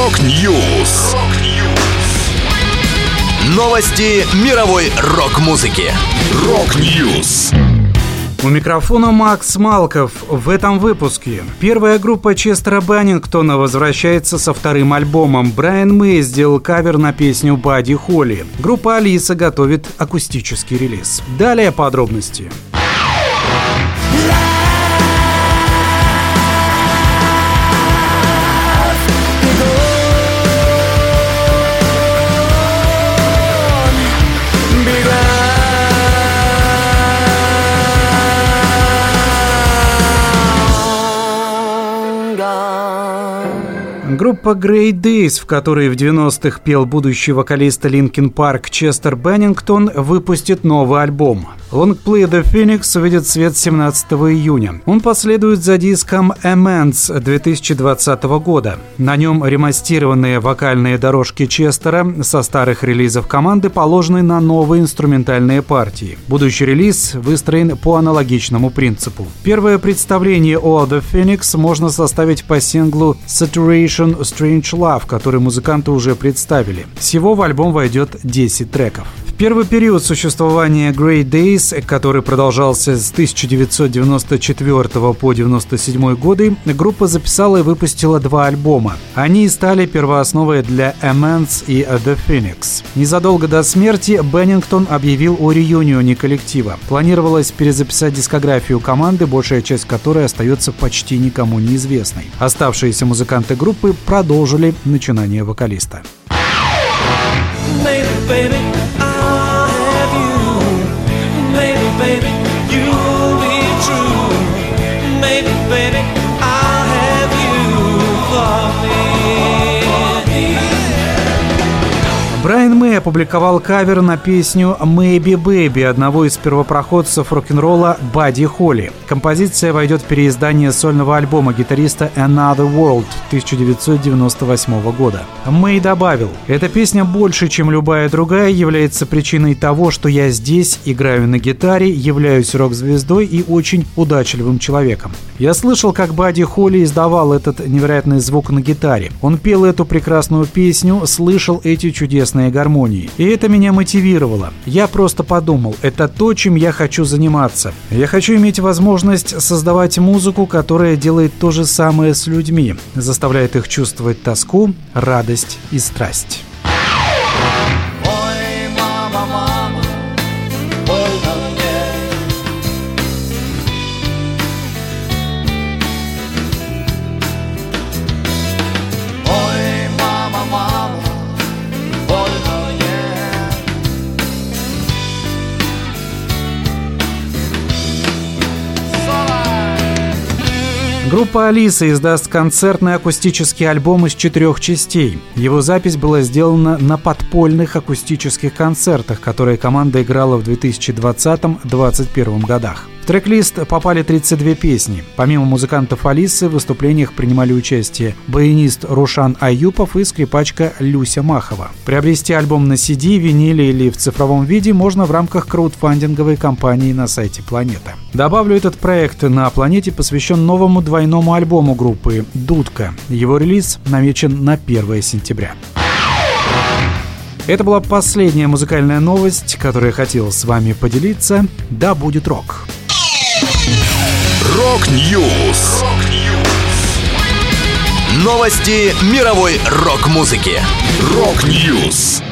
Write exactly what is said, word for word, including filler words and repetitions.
Рок-Ньюс. Новости мировой рок-музыки. Рок-Ньюс. У микрофона Макс Малков. В этом выпуске первая группа Честера Беннингтона возвращается со вторым альбомом. Брайан Мэй сделал кавер на песню Бадди Холли. Группа Алиса готовит акустический релиз. Далее подробности. Группа Great Days, в которой в девяностых пел будущий вокалист Linkin Park Честер Беннингтон, выпустит новый альбом. Long Play The Phoenix увидит свет семнадцатого июня. Он последует за диском Amends две тысячи двадцатого года. На нем ремастированные вокальные дорожки Честера со старых релизов команды положены на новые инструментальные партии. Будущий релиз выстроен по аналогичному принципу. Первое представление о The Phoenix можно составить по синглу Saturation Strange Love, который музыканты уже представили. Всего в альбом войдет десять треков. В первый период существования Great Days, который продолжался с тысяча девятьсот девяносто четвёртого по девяносто седьмой годы, группа записала и выпустила два альбома. Они стали первоосновой для Amends и The Phoenix. Незадолго до смерти Беннингтон объявил о реюнионе коллектива. Планировалось перезаписать дискографию команды, большая часть которой остается почти никому неизвестной. Оставшиеся музыканты группы продолжили начинание вокалиста. Baby, baby, you'll be true. Maybe, baby, I'll have you for me. Брайан Мэй опубликовал кавер на песню «Maybe Baby» одного из первопроходцев рок-н-ролла Бадди Холли. Композиция войдет в переиздание сольного альбома гитариста Another World тысяча девятьсот девяносто восьмого года. Мэй добавил: «Эта песня больше, чем любая другая, является причиной того, что я здесь, играю на гитаре, являюсь рок-звездой и очень удачливым человеком. Я слышал, как Бадди Холли издавал этот невероятный звук на гитаре. Он пел эту прекрасную песню, слышал эти чудесные гармонии. И это меня мотивировало. Я просто подумал, это то, чем я хочу заниматься. Я хочу иметь возможность создавать музыку, которая делает то же самое с людьми, заставляет их чувствовать тоску, радость и страсть». Группа Алиса издаст концертный акустический альбом из четырех частей. Его запись была сделана на подпольных акустических концертах, которые команда играла в две тысячи двадцатом — две тысячи двадцать первом годах. В трек-лист попали тридцать две песни. Помимо музыкантов Алисы, в выступлениях принимали участие баянист Рушан Аюпов и скрипачка Люся Махова. Приобрести альбом на си ди, виниле или в цифровом виде можно в рамках краудфандинговой кампании на сайте Планета. Добавлю, этот проект на Планете посвящен новому двойному альбому группы «Дудка». Его релиз намечен на первое сентября. Это была последняя музыкальная новость, которую я хотел с вами поделиться. Да будет рок! Рок-Ньюс. Новости мировой рок-музыки. Рок-Ньюс.